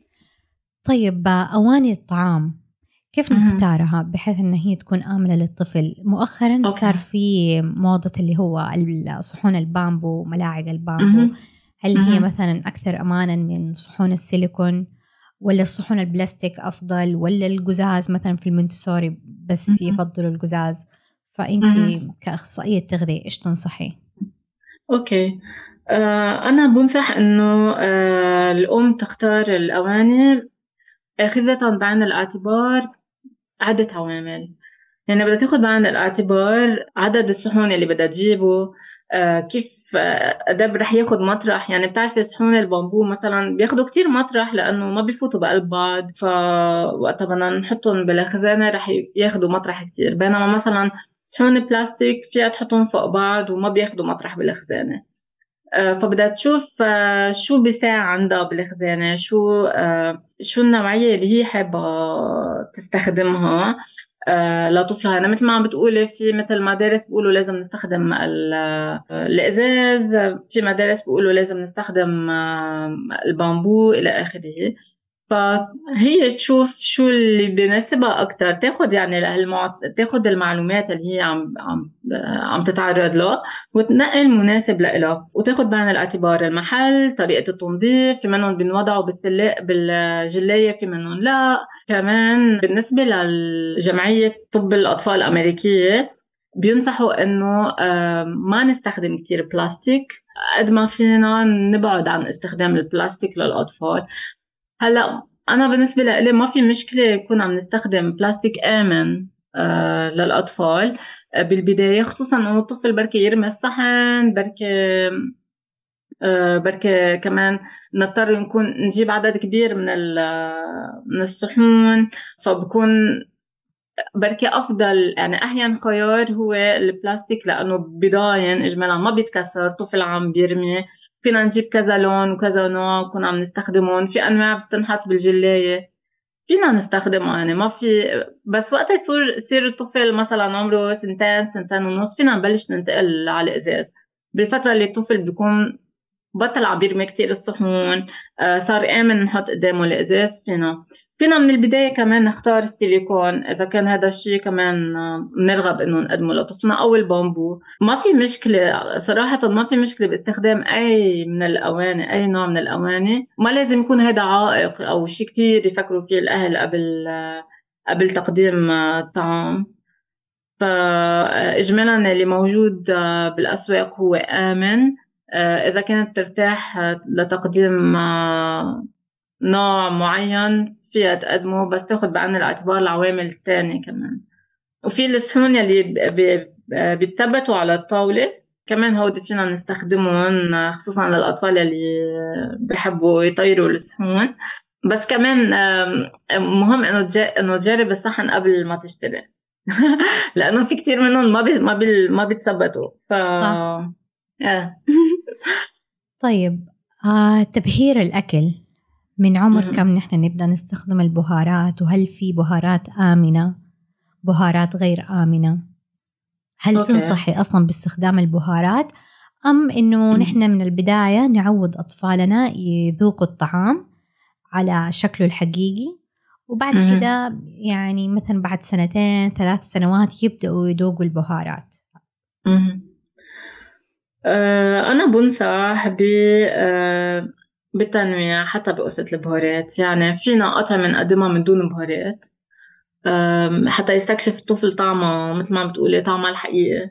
طيب أواني الطعام كيف نختارها بحيث أن هي تكون آمنة للطفل؟ مؤخرا صار في موضة اللي هو صحون البامبو، ملاعق البامبو. هل هي مثلا أكثر أمانا من صحون السيليكون، ولا الصحون البلاستيك أفضل، ولا القزاز مثلا في المنتسوري بس يفضلوا القزاز؟ فأنت كأخصائية تغذية إيش تنصحي؟ أوكي. أنا بنصح إنه الأم تختار الأواني أخذة بعين الاعتبار عدة عوامل. يعني بدها تاخد بعين الاعتبار عدد الصحون اللي بدها تجيبه، كيف قدام رح ياخد مطرح. يعني بتعرفي صحون البامبو مثلا بياخدوا كتير مطرح لأنه ما بيفوتوا بقلب بعض، فوقتها بدنا نحطهم بالخزانة رح ياخدوا مطرح كتير. بينما مثلا صحون بلاستيك فيها تحطهم فوق بعض وما بياخدوا مطرح بالخزانة. فبدها تشوف شو بيساع عندها بالخزانة، شو النوعية اللي هي حابة تستخدمها لطفلها. أنا مثل ما عم بتقولي، في مثل مدارس بيقولوا لازم نستخدم الإزاز، في مدارس بيقولوا لازم نستخدم البامبو إلى آخره. فهي تشوف شو اللي بيناسبها أكتر، تاخد يعني تاخد المعلومات اللي هي عم تتعرض له، وتنقل مناسب لإلها، وتاخد بعين الاعتبار المحل، طريقة التنظيف. في منهم بنوضعوا بالجلاية، في منهم لا. كمان بالنسبة للجمعية طب الأطفال الأمريكية بينصحوا إنه ما نستخدم كتير بلاستيك، قد ما فينا نبعد عن استخدام البلاستيك للأطفال. هلا أنا بالنسبة لي ما في مشكلة يكون عم نستخدم بلاستيك آمن للأطفال بالبداية، خصوصا إنه الطفل بركي يرمي الصحن، بركي بركي كمان نضطر نجيب عدد كبير من الصحون، فبكون بركي أفضل يعني أحيانا خيار هو البلاستيك، لأنه بضاين إجمالا ما بيتكسر، طفل عم بيرمي. فينا نجيب كذا لون وكذا نوع نكون عم نستخدمهم، في أنواع بتنحط بالجلاية فينا نستخدمها يعني ما في. بس وقت يصير الطفل مثلا عمره سنتين سنتين ونص فينا نبلش ننتقل على الإزاز. بالفترة اللي الطفل بيكون بطل عم بيرمي كتير الصحون، صار آمن نحط قدامه الإزاز، فينا من البداية كمان نختار السيليكون إذا كان هذا الشيء كمان بنرغب إنه نقدمه لطفلنا، أو البامبو. ما في مشكلة صراحة، ما في مشكلة باستخدام أي من الأواني، أي نوع من الأواني. ما لازم يكون هذا عائق أو شيء كتير يفكروا فيه الأهل قبل تقديم الطعام. فإجمالا اللي موجود بالأسواق هو آمن. إذا كانت ترتاح لتقديم نوع معين فيها تقدمه، بس تاخد بعين الاعتبار العوامل التانية كمان. وفي الصحون يلي بيتثبتوا على الطاولة كمان، هودي فينا نستخدمهم خصوصا للأطفال يلي بيحبوا يطيروا الصحون. بس كمان مهم إنه تجرب الصحن قبل ما تشتري. لأنه في كتير منهم ما بيتثبتوا صح. آه. طيب، تبهير الأكل من عمر كم نحن نبدأ نستخدم البهارات؟ وهل في بهارات آمنة، بهارات غير آمنة؟ هل أوكي. تنصحي أصلا باستخدام البهارات، أم إنه نحن من البداية نعود أطفالنا يذوقوا الطعام على شكله الحقيقي، وبعد كده يعني مثلا بعد 2-3 سنوات يبدأوا يذوقوا البهارات؟ أنا بنصح بالتنويع حتى بقصة البهارات. يعني فينا أطعمة نقدمها من دون بهارات حتى يستكشف الطفل طعمه مثل ما عم بتقولي طعمها الحقيقي.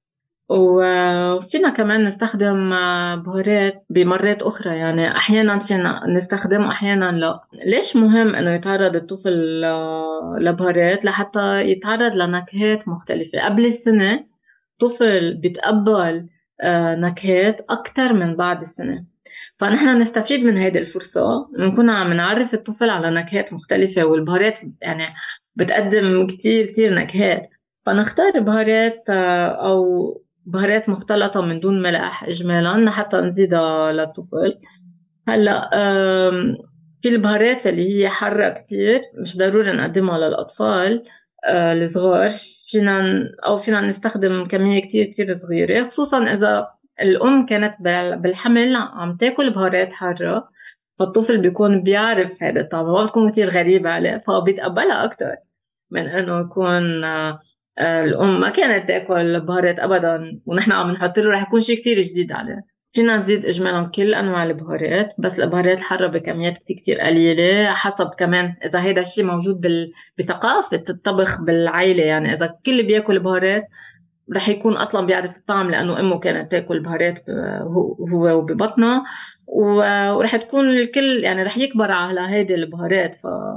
وفينا كمان نستخدم بهارات بمرات أخرى، يعني أحيانا فينا نستخدم أحيانا لا. ليش مهم إنه يتعرض الطفل لبهارات؟ لحتى يتعرض لنكهات مختلفة. قبل السنة طفل بيتقبل نكهات أكتر من بعد السنة، فنحن نستفيد من هذه الفرصة، نكون عم نعرف الطفل على نكهات مختلفة. والبهارات يعني بتقدم كتير كتير نكهات، فنختار بهارات أو بهارات مختلطة من دون ملح إجمالا حتى نزيدها للطفل. هلأ في البهارات اللي هي حارة كتير مش ضروري نقدمها للأطفال الصغار. فينا نستخدم كمية كتير كتير صغيرة، خصوصا إذا الأم كانت بالحمل عم تاكل بهارات حارة، فالطفل بيكون بيعرف هذا الطعم، ما بتكون كتير غريبة عليه فبيتقبلها أكتر من إنه يكون الأم ما كانت تاكل بهارات أبدا ونحن عم نحط له، رح يكون شيء كتير جديد عليه. فينا نزيد إجمالا كل أنواع البهارات، بس البهارات الحارة بكميات كتير كتير قليلة، حسب كمان إذا هيدا الشيء موجود بثقافة الطبخ بالعائلة. يعني إذا كل بياكل بهارات رح يكون أصلا بيعرف الطعم لأنه أمه كانت تاكل بهارات هو وببطنه، ورح تكون الكل يعني رح يكبر على هيدي البهارات.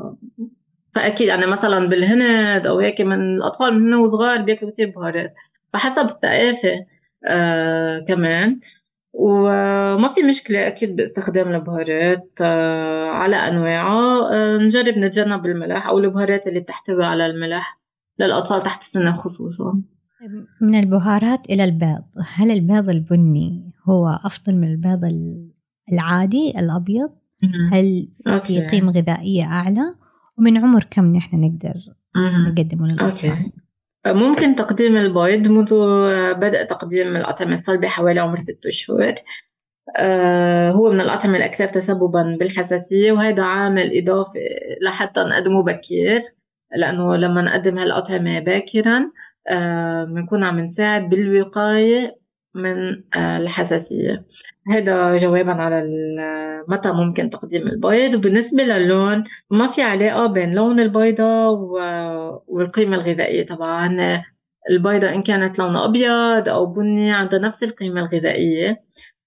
فأكيد يعني مثلا بالهند أو هيك من الأطفال من هن صغار بياكلوا كتير بهارات، فحسب الثقافة كمان. وما في مشكلة أكيد باستخدام البهارات على أنواعها. نجرب نتجنب الملح أو البهارات اللي بتحتوي على الملح للأطفال تحت السن خصوصا. من البهارات إلى البيض، هل البيض البني هو أفضل من البيض العادي الأبيض؟ هل في قيمة غذائية أعلى؟ ومن عمر كم نحن نقدر نقدمه للأطفال؟ ممكن تقديم البيض منذ بدء تقديم الأطعمة الصلبة حوالي عمر 6 أشهر. هو من الأطعمة الأكثر تسببا بالحساسية، وهذا عامل إضافي لحتى نقدمه بكير، لأنه لما نقدم هالأطعمة باكرا بنكون عم نساعد بالوقاية من الحساسية. هذا جوابا على متى ممكن تقديم البيض. وبالنسبة للون، ما في علاقة بين لون البيضة والقيمة الغذائية. طبعا البيضة إن كانت لونها أبيض أو بني عندها نفس القيمة الغذائية.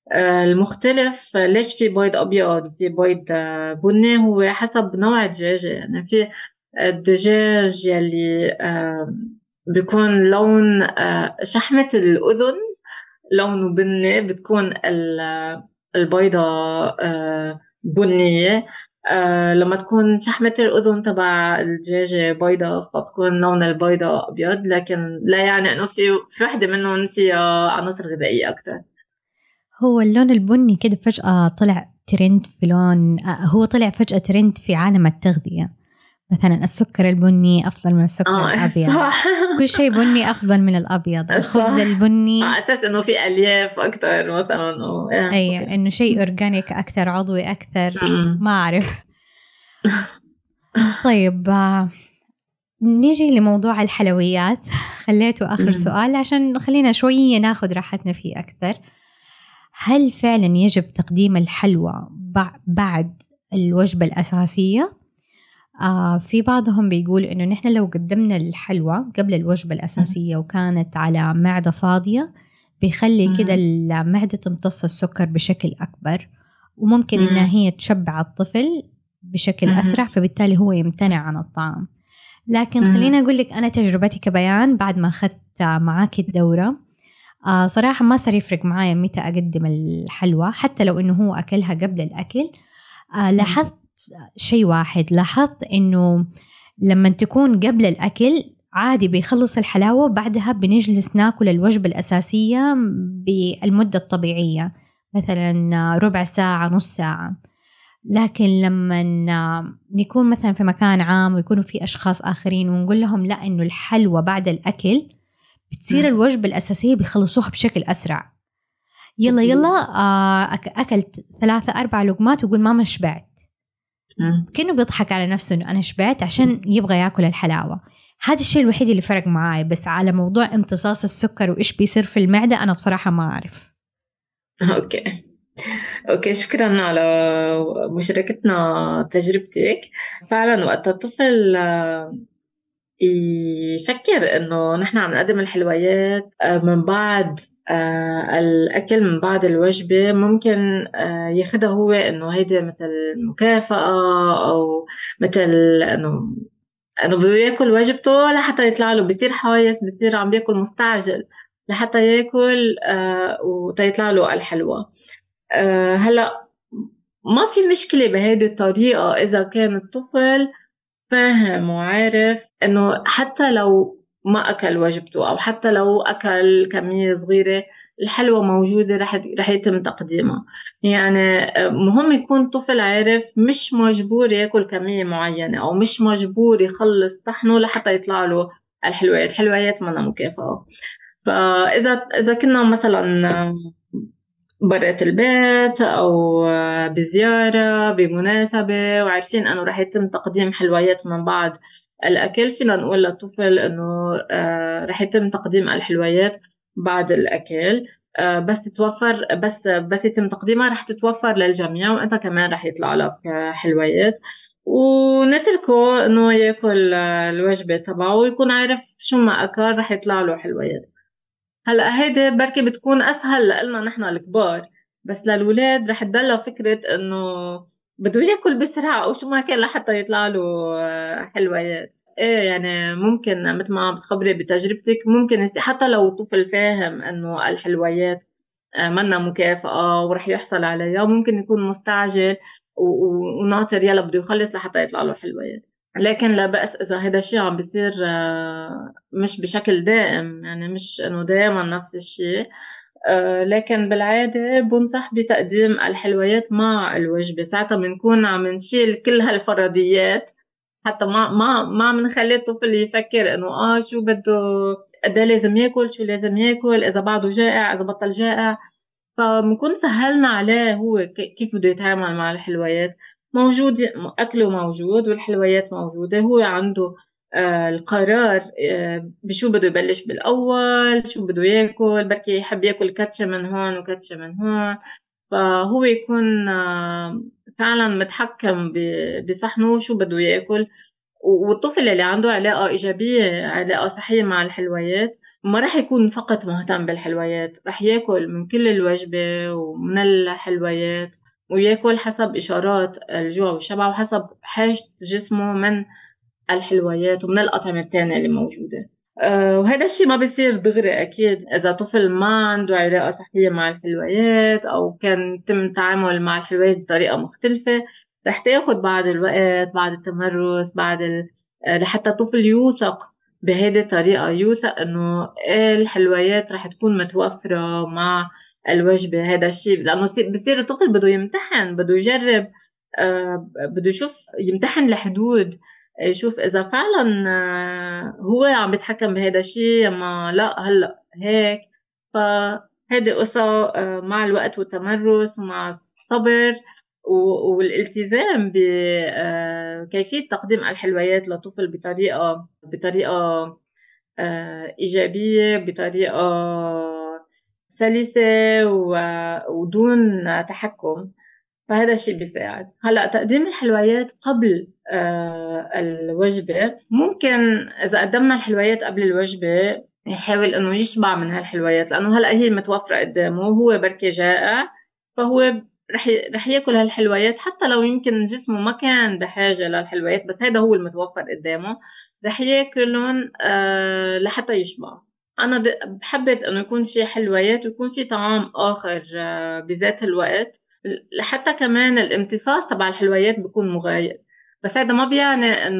المختلف ليش في بيض أبيض وفي بيض بني هو حسب نوع الدجاجة. يعني في الدجاج يلي بيكون لون شحمة الأذن لونه بني، بتكون البيضة بنية. لما تكون شحمة الأذن تبع الدجاجة بيضة فبكون لون البيضة أبيض، لكن لا يعني إنه في وحدة منهم فيها عناصر غذائية أكتر. هو اللون البني كده فجأة طلع ترند في لون، هو طلع فجأة ترند في عالم التغذية. مثلا السكر البني أفضل من السكر الأبيض. صح. كل شيء بني أفضل من الأبيض. الخبز صح، على البني أساس إنه في ألياف أكتر مثلا أي أوكي. إنه شيء أورجانيك أكثر، عضوي أكثر. أمم. ما أعرف. طيب نيجي لموضوع الحلويات. خليته آخر أمم. سؤال عشان خلينا شوية ناخد راحتنا فيه أكثر. هل فعلا يجب تقديم الحلوى بعد الوجبة الأساسية؟ في بعضهم بيقول إنه نحن لو قدمنا الحلوى قبل الوجبة الأساسية وكانت على معدة فاضية بيخلي كده أمم. المعدة تمتص السكر بشكل أكبر، وممكن إنها أمم. هي تشبع الطفل بشكل أسرع، فبالتالي هو يمتنع عن الطعام. لكن أمم. خليني أقول لك أنا تجربتي كبيان بعد ما أخذت معاك الدورة. صراحة ما صار يفرق معايا متى أقدم الحلوى، حتى لو إنه هو أكلها قبل الأكل. لاحظت شيء واحد، لاحظت إنه لما تكون قبل الأكل عادي بيخلص الحلاوة، بعدها بنجلس ناكل الوجبة الأساسية بالمدة الطبيعية، مثلا ربع ساعة نص ساعة. لكن لما نكون مثلا في مكان عام ويكونوا في أشخاص آخرين ونقول لهم لا إنه الحلوى بعد الأكل، بتصير الوجبة الأساسية بيخلصوها بشكل أسرع. يلا يلا أكلت 3-4 لقمات ويقول ماما شبعت، كأنه بيضحك على نفسه إنه أنا شبعت عشان يبغى يأكل الحلاوة. هذا الشيء الوحيد اللي فرق معاي، بس على موضوع امتصاص السكر وإيش بيصير في المعدة أنا بصراحة ما أعرف. أوكي. أوكي، شكرا على مشاركتنا تجربتك. فعلا وقت الطفل يفكر إنه نحن عم نقدم الحلويات من بعد الأكل، من بعد الوجبة، ممكن ياخدها هو إنه هيدا مثل مكافأة، أو مثل إنه بده ياكل وجبته لحتى يطلع له، بصير حايس، بصير عم بياكل مستعجل لحتى ياكل وتيطلع له الحلوى. هلا ما في مشكلة بهيدي الطريقة إذا كان الطفل فاهم وعارف إنه حتى لو ما أكل وجبته، أو حتى لو أكل كمية صغيرة، الحلوى موجودة رح يتم تقديمها. يعني مهم يكون طفل عارف مش مجبور ياكل كمية معينة، أو مش مجبور يخلص صحنه لحتى يطلع له الحلويات. الحلويات منا مكافأة. فإذا كنا مثلا برات البيت أو بزيارة بمناسبة وعارفين أنه رح يتم تقديم حلويات من بعد الأكل، فينا نقول للطفل أنه رح يتم تقديم الحلويات بعد الأكل. بس تتوفر، بس يتم تقديمها رح تتوفر للجميع، وأنت كمان رح يطلع لك حلويات. ونتركه أنه يأكل الوجبة تبعه ويكون عارف شو ما أكل رح يطلع له حلويات. هلا هيدي بركي بتكون اسهل لنا نحن الكبار، بس للولاد رح تضلها فكرة انه بده ياكل بسرعة او شو ما كان لحتى يطلع له حلويات. ايه يعني ممكن مثل ما عم بتخبري بتجربتك، ممكن حتى لو طفل فاهم انه الحلويات منا مكافأة ورح يحصل عليها، ممكن يكون مستعجل وناطر يلا بده يخلص لحتى يطلع له حلويات. لكن لا بأس إذا هذا الشيء عم بيصير مش بشكل دائم، يعني مش إنه دائما نفس الشيء. لكن بالعادة بنصح بتقديم الحلويات مع الوجبة، ساعتها بنكون عم نشيل كل هالفرضيات، حتى ما عم نخلي الطفل يفكر إنه شو بده، قد إيه لازم ياكل، شو لازم ياكل، إذا بعده جائع، إذا بطل جائع. فبنكون سهلنا عليه هو كيف بده يتعامل مع الحلويات. موجود، أكله موجود والحلويات موجودة، هو عنده القرار بشو بده يبلش بالأول، شو بده ياكل. بركي يحب ياكل كاتشة من هون وكاتشة من هون، فهو يكون فعلا متحكم بصحنه شو بده ياكل. والطفل اللي عنده علاقة إيجابية، علاقة صحية مع الحلويات، ما رح يكون فقط مهتم بالحلويات، رح ياكل من كل الوجبة ومن الحلويات، وياكل حسب إشارات الجوع والشبع وحسب حاجة جسمه من الحلويات ومن الأطعمة التانية اللي موجودة. وهذا الشيء ما بيصير دغري أكيد إذا طفل ما عنده علاقة صحية مع الحلويات أو كان تم التعامل مع الحلويات بطريقة مختلفة. رح تاخد بعد الوقت، بعد التمرس، لحتى الطفل يوثق بهيدي الطريقة، يوثق إنه الحلويات رح تكون متوفرة مع الوجبة. هذا الشيء لأنه بصير الطفل بده يمتحن، بده يجرب، بده يشوف، يمتحن الحدود، يشوف إذا فعلا هو عم بيتحكم بهذا الشيء ما لا هلأ هيك. فهيدي قصة مع الوقت والتمرس ومع الصبر والالتزام بكيفية تقديم الحلويات لطفل بطريقة إيجابية، بطريقة سلسة ودون تحكم. فهذا الشيء بيساعد. هلا تقديم الحلويات قبل الوجبة، ممكن إذا قدمنا الحلويات قبل الوجبة يحاول إنه يشبع من هالحلويات، لأنه هلا هي المتوفرة قدامه وهو بركي جائع، فهو رح ياكل هالحلويات حتى لو يمكن جسمه ما كان بحاجة للحلويات، بس هذا هو المتوفر قدامه، رح ياكلهم لحتى يشبع. أنا بحبذ إنه يكون في حلويات ويكون في طعام آخر بذات الوقت، لحتى كمان الامتصاص تبع الحلويات بيكون مغاير. بس هذا ما بيعني انه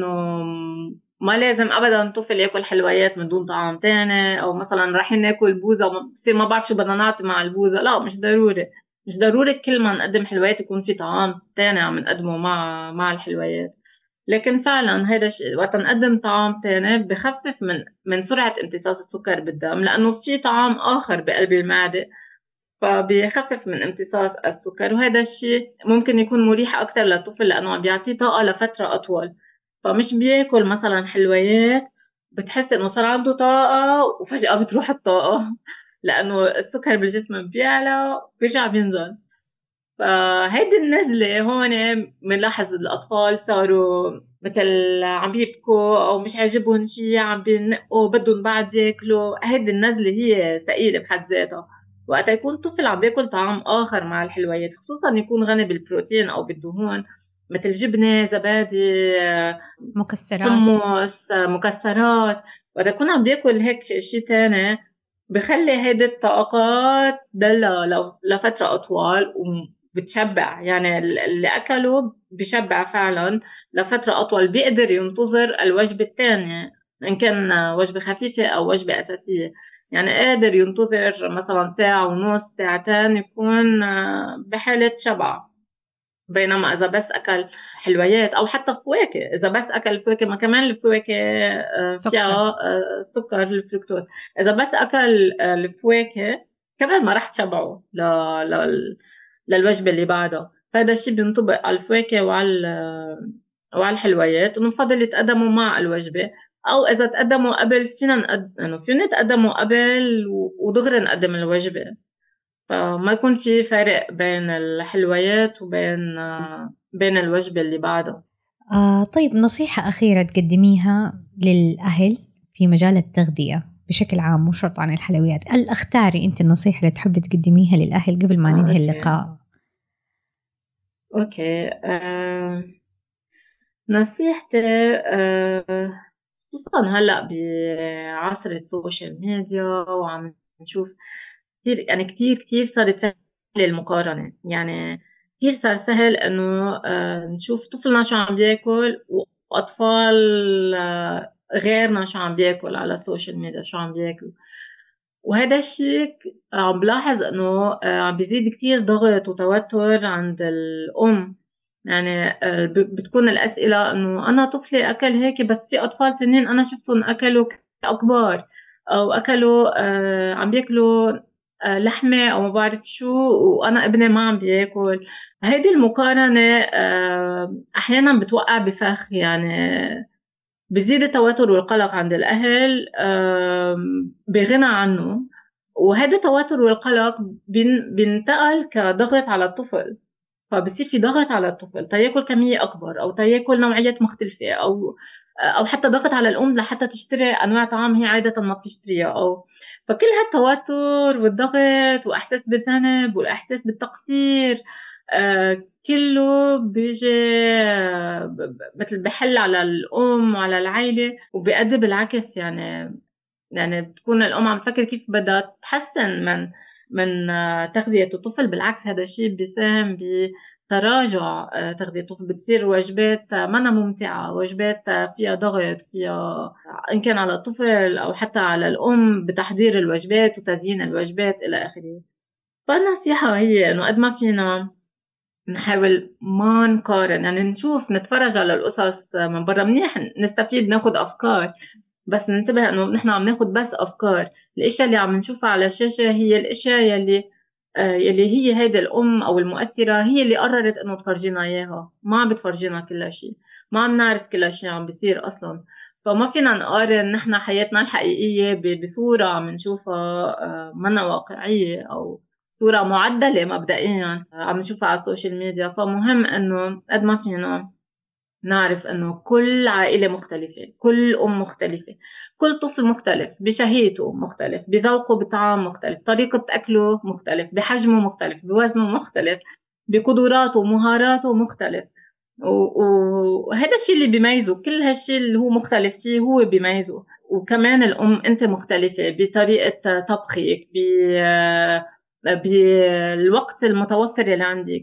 ما لازم ابدا طفل ياكل حلويات من دون طعام تاني، او مثلا رايحين ناكل بوزه بصير ما بعرف شو بدنا نعطي مع البوزه. لا، مش ضروري كل ما نقدم حلويات يكون في طعام تاني عم نقدمه مع الحلويات. لكن فعلا هذا الشيء وقت نقدم طعام تاني بخفف من سرعة امتصاص السكر بالدم، لأنه في طعام آخر بقلب المعدة، فبيخفف من امتصاص السكر. وهذا الشيء ممكن يكون مريح أكثر للطفل لأنه عم بيعطيه طاقة لفترة أطول. فمش بياكل مثلا حلويات بتحس إنه صار عنده طاقة وفجأة بتروح الطاقة لأنه السكر بالجسم بيعلى بيرجع بينزل. فهيدي النزلة هون بنلاحظ الأطفال صاروا مثل عم يبكوا أو مش عاجبهم شيء، عم بينقوا بدهم بعد ياكلوا. هيدي النزلة هي ثقيلة بحد ذاتها. وقت يكون طفل عم بياكل طعام آخر مع الحلويات، خصوصا يكون غني بالبروتين أو بالدهون مثل جبنة، زبادي، مكسرات. حمص، مكسرات، وقت يكون عم بياكل هيك شيء تاني بخلي هيدي الطاقات دلة لفترة أطول وبتشبع. يعني اللي أكله بشبع فعلا لفترة أطول، بيقدر ينتظر الوجبة الثانية إن كان وجبة خفيفة أو وجبة أساسية. يعني قادر ينتظر مثلا ساعة ونص، ساعتين، يكون بحالة شبع. بينما إذا بس أكل حلويات أو حتى فواكه، إذا بس أكل فواكه، ما كمان الفواكه سكر. فيها سكر الفركتوز. إذا بس أكل الفواكه كمان ما رح تشبعه للوجبة اللي بعدها. فهذا الشيء بينطبق على الفواكه وعلى الحلويات، إنه فضل يتقدموا مع الوجبة. أو إذا تقدموا قبل فينا نتقدموا قبل ودغري نقدم الوجبة، فما يكون في فرق بين الحلويات بين الوجبة اللي بعدها. طيب، نصيحة أخيرة تقدميها للأهل في مجال التغذية بشكل عام، مو شرط عن الحلويات. اختاري أنت النصيحة اللي تحبي تقدميها للأهل قبل ما ننهي أوكي. اللقاء. أوكي. نصيحتي، خصوصا هلأ بعصر السوشيال ميديا وعم نشوف كتير، يعني كتير صارت سهلة المقارنة. يعني كتير صار سهل إنه نشوف طفلنا شو عم بياكل وأطفال غيرنا شو عم بياكل على السوشيال ميديا، شو عم بياكلوا. وهذا الشيء عم بلاحظ إنه عم بيزيد كتير ضغط وتوتر عند الأم. يعني بتكون الأسئلة إنه أنا طفلي أكل هيك، بس في أطفال تانيين أنا شفتهم أكلوا أكبر، أو أكلوا عم بياكلوا لحمة أو ما بعرف شو، وأنا ابني ما عم بياكل. هيدي المقارنة أحيانا بتوقع بفخ، يعني بزيد التوتر والقلق عند الأهل بغنى عنه. وهذا التوتر والقلق بينتقل كضغط على الطفل، فبصير في ضغط على الطفل تياكل كمية أكبر أو تياكل نوعيات مختلفة، أو حتى ضغط على الأم لحتى تشتري أنواع طعام هي عادة ما بتشتريها. فكل هالتوتر والضغط وإحساس بالذنب والإحساس بالتقصير كله بيجي مثل بحل على الأم وعلى العائلة، وبيأدي بالعكس يعني يعني بتكون الأم عم تفكر كيف بدها تحسن من تغذية الطفل. بالعكس هذا الشيء بيساهم بتراجع تغذية الطفل. بتصير وجبات منا ممتعة، وجبات فيها ضغط، فيها إن كان على الطفل أو حتى على الأم بتحضير الوجبات وتزيين الوجبات إلى آخره. فالنصيحة هي إنه قد ما فينا نحاول ما نقارن، يعني نشوف نتفرج على القصص من برا، منيح نستفيد ناخد أفكار، بس ننتبه إنه نحن عم ناخد بس أفكار. الأشياء اللي عم نشوفها على الشاشة هي الأشياء يلي هي هيدا الأم أو المؤثرة هي اللي قررت إنه تفرجينا إياها، ما عم بتفرجينا كل شيء، ما عم نعرف كل شيء عم بيصير أصلا. فما فينا نقارن نحن حياتنا الحقيقية بصورة عم نشوفها منا واقعية، أو صورة معدلة مبدئيا عم نشوفها على السوشيال ميديا. فمهم إنه قد ما فينا نعرف إنه كل عائلة مختلفة، كل أم مختلفة، كل طفل مختلف، بشهيته مختلف، بذوقه بالطعام مختلف، طريقة أكله مختلف، بحجمه مختلف، بوزنه مختلف، بقدراته ومهاراته مختلف. وهذا الشيء اللي بيميزه، كل هالشيء اللي هو مختلف فيه هو بيميزه. وكمان الأم أنت مختلفة بطريقة طبخك، بالوقت المتوفر اللي عندك،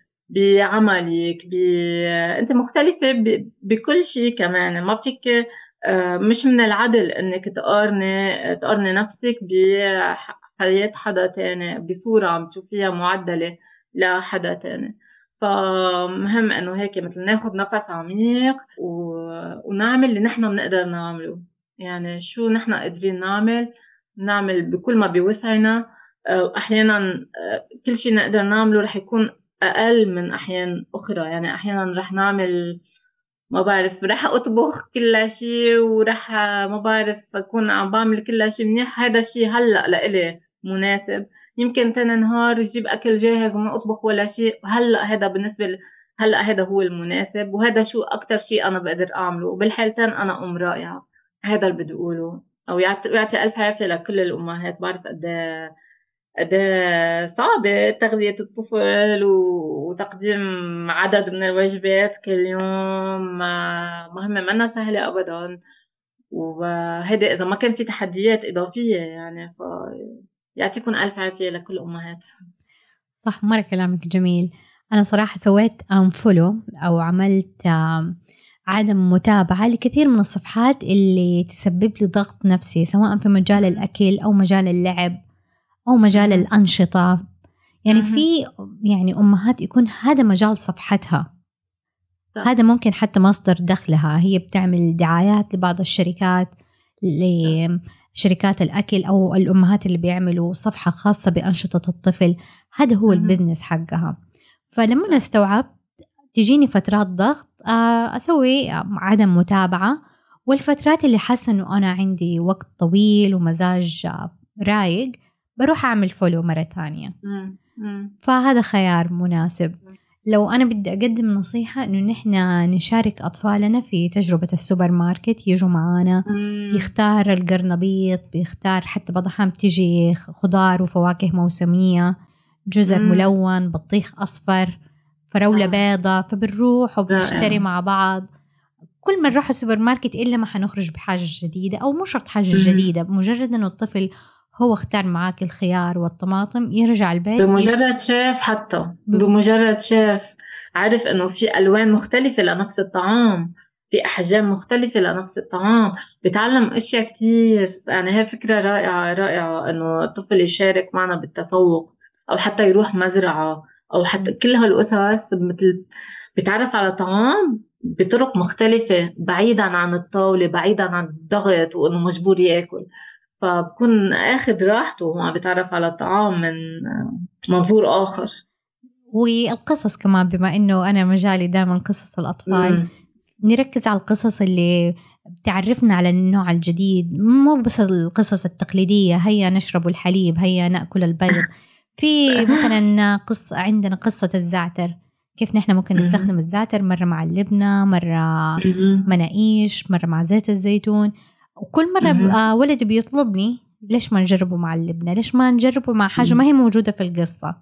بعملك، أنت مختلفة بكل شيء. كمان ما فيك مش من العدل انك تقارني نفسك بحياة حدا تاني بصورة عم تشوفيها معدلة لحدا تاني. فمهم انه هيك مثل ناخد نفس عميق ونعمل اللي نحن بنقدر نعمله. يعني شو نحن قادرين نعمل بكل ما بيوسعنا. احيانا كل شيء نقدر نعمله رح يكون اقل من احيان اخرى. يعني احيانا رح نعمل، ما بعرف، رح اطبخ كل شيء ورح ما بعرف اكون عم بعمل كل شيء منيح، هذا الشيء هلا لإلي مناسب. يمكن تاني نهار اجيب اكل جاهز وما اطبخ ولا شيء، هلا هذا بالنسبه هلا هذا هو المناسب، وهذا شو اكتر شيء انا بقدر اعمله. وبالحالتين انا ام رائعه. هذا اللي بدي اقوله. او يعطي الف عافيه لكل الامهات. بعرف قد صعبة تغذية الطفل وتقديم عدد من الوجبات كل يوم، مهمة منا سهلة أبدا. وهيدا إذا ما كان في تحديات إضافية يعني. يعطيكم ألف عافية لكل الأمهات. صح، مرة كلامك جميل. أنا صراحة سويت أنفولو أو عملت عدم متابعة لكثير من الصفحات اللي تسبب لي ضغط نفسي، سواء في مجال الأكل أو مجال اللعب أو مجال الأنشطة. يعني في يعني أمهات يكون هذا مجال صفحتها، هذا ممكن حتى مصدر دخلها. هي بتعمل دعايات لبعض الشركات، لشركات الأكل أو الأمهات اللي بيعملوا صفحة خاصة بأنشطة الطفل، هذا هو البزنس حقها. فلما استوعبت تجيني فترات ضغط أسوي عدم متابعة، والفترات اللي حاسة أنه أنا عندي وقت طويل ومزاج رايق بروح أعمل فولو مرة ثانية. فهذا خيار مناسب. لو أنا بدي أقدم نصيحة إنه نحن نشارك أطفالنا في تجربة السوبر ماركت، يجوا معانا، يختار القرنبيط، بيختار حتى بعض الأحيان بتيجي خضار وفواكه موسمية، جزر ملون، بطيخ أصفر، فراولة بيضة، فبنروح وبنشتري مع بعض. كل ما نروح السوبر ماركت إلا ما حنخرج بحاجة جديدة، أو مو شرط حاجة جديدة، بمجرد إنه الطفل هو اختار معاك الخيار والطماطم يرجع البيت بمجرد شاف، حتى بمجرد شاف عارف انه في الوان مختلفة لنفس الطعام، في احجام مختلفة لنفس الطعام، بتعلم اشياء كتير. يعني هي فكرة رائعة انه الطفل يشارك معنا بالتسوق، او حتى يروح مزرعة، او حتى كل هالقصص مثل بتعرف على طعام بطرق مختلفة، بعيدا عن الطاولة، بعيدا عن الضغط وانه مجبور ياكل. فبكون اخذ راحته وما بيتعرف على الطعام من منظور آخر. والقصص كمان، بما إنه أنا مجالي دائما قصص الأطفال، نركز على القصص اللي بتعرفنا على النوع الجديد، مو بس القصص التقليدية، هيا نشرب الحليب، هيا نأكل البيض. في مثلا عندنا قصة الزعتر، كيف نحن ممكن نستخدم الزعتر مرة مع اللبنة، مرة مناقيش، مرة مع زيت الزيتون. وكل مرة ولدي بيطلبني ليش ما نجربه مع اللبنة، ليش ما نجربه مع حاجة ما هي موجودة في القصة.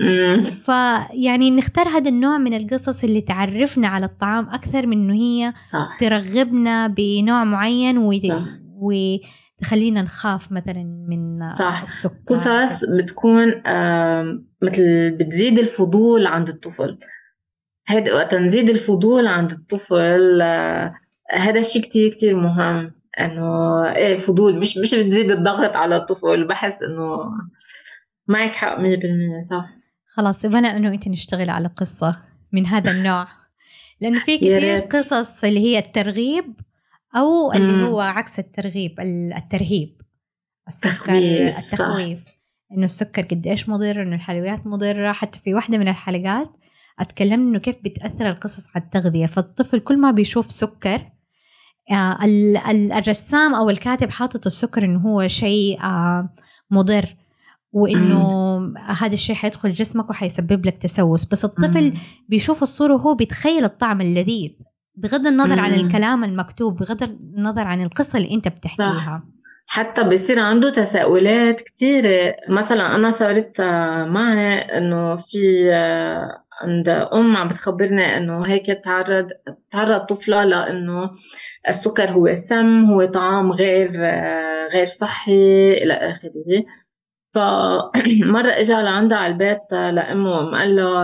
فيعني نختار هذا النوع من القصص اللي تعرفنا على الطعام أكثر من إنه هي ترغبنا بنوع معين وتخلينا نخاف مثلا من صح. السكر. قصص بتكون مثل بتزيد الفضول عند الطفل. هيدا وقت نزيد الفضول عند الطفل، هذا الشيء كتير كتير مهم. انه ايه فضول، مش بتزيد الضغط على الطفل. بحس انه معك حق 100%. صح. خلاص يبغى انه انت نشتغل على قصة من هذا النوع، لانه في كثير قصص اللي هي الترغيب او اللي هو عكس الترغيب، الترهيب، السكر، التخويف، انه السكر قد ايش مضر، انه الحلويات مضرة. حتى في واحدة من الحلقات اتكلم انه كيف بتأثر القصص على التغذية. فالطفل كل ما بيشوف سكر، الرسام او الكاتب حاطط السكر انه هو شيء مضر، وإنه هذا الشيء حيدخل جسمك وحيسبب لك تسوس. بس الطفل بيشوف الصورة وهو بيتخيل الطعم اللذيذ بغض النظر عن الكلام المكتوب، بغض النظر عن القصة اللي أنت بتحكيها. حتى بيصير عنده تساؤلات كتيرة. مثلا أنا صارت معي إنه في عند عم بتخبرني إنه هيك تعرض طفلة لأنه السكر هو سم، هو طعام غير صحي إلى آخره. فمرة إجا لعندها على البيت لأمه قال له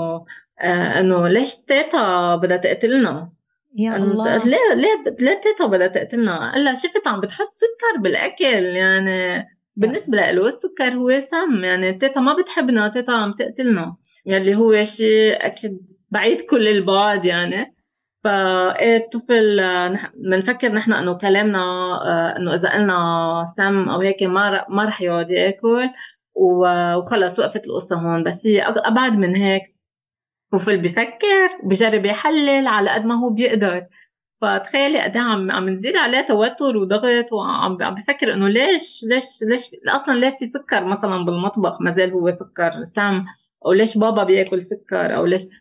إنه ليش تيتا بدها تقتلنا؟ يا الله. ليه تيتا بدها تقتلنا؟ قال لها شفت عم بتحط سكر بالأكل، يعني بالنسبة له السكر هو سم، يعني تيتا ما بتحبنا، تيتا عم تقتلنا، يعني هو شيء أكيد بعيد كل البعد يعني. فايه الطفل بنفكر نحن انه كلامنا انه اذا قلنا سم او هيك ما رح يقعد ياكل وخلص وقفت القصه هون. بس هي ابعد من هيك. الطفل بيفكر وبيجرب يحلل على قد ما هو بيقدر. فتخيلي قد عم نزيد عليه توتر وضغط، وعم بفكر انه ليش اصلا ليه في سكر مثلا بالمطبخ ما زال هو سكر سام، او ليش بابا بياكل سكر، او ليش.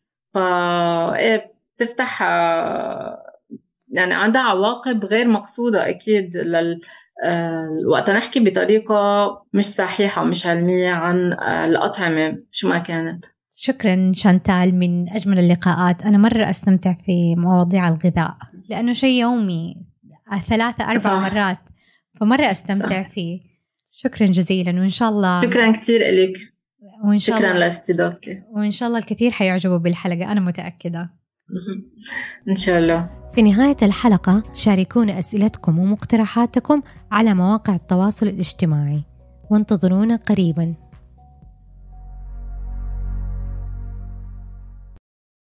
ايه تفتح يعني عندها عواقب غير مقصودة أكيد وقت نحكي بطريقة مش صحيحة ومش علمية عن الأطعمة شو ما كانت. شكرا شانتال، من أجمل اللقاءات. أنا مرة أستمتع في مواضيع الغذاء لأنه شيء يومي 3-4 مرات، فمرة أستمتع فيه. شكرا جزيلا، وإن شاء الله شكرا كتير إليك، وإن شاء شكرا الله لاستضافتي، وإن شاء الله الكثير حيعجبوا بالحلقة، أنا متأكدة. إن شاء الله. في نهاية الحلقة شاركونا أسئلتكم ومقترحاتكم على مواقع التواصل الاجتماعي، وانتظرونا قريباً.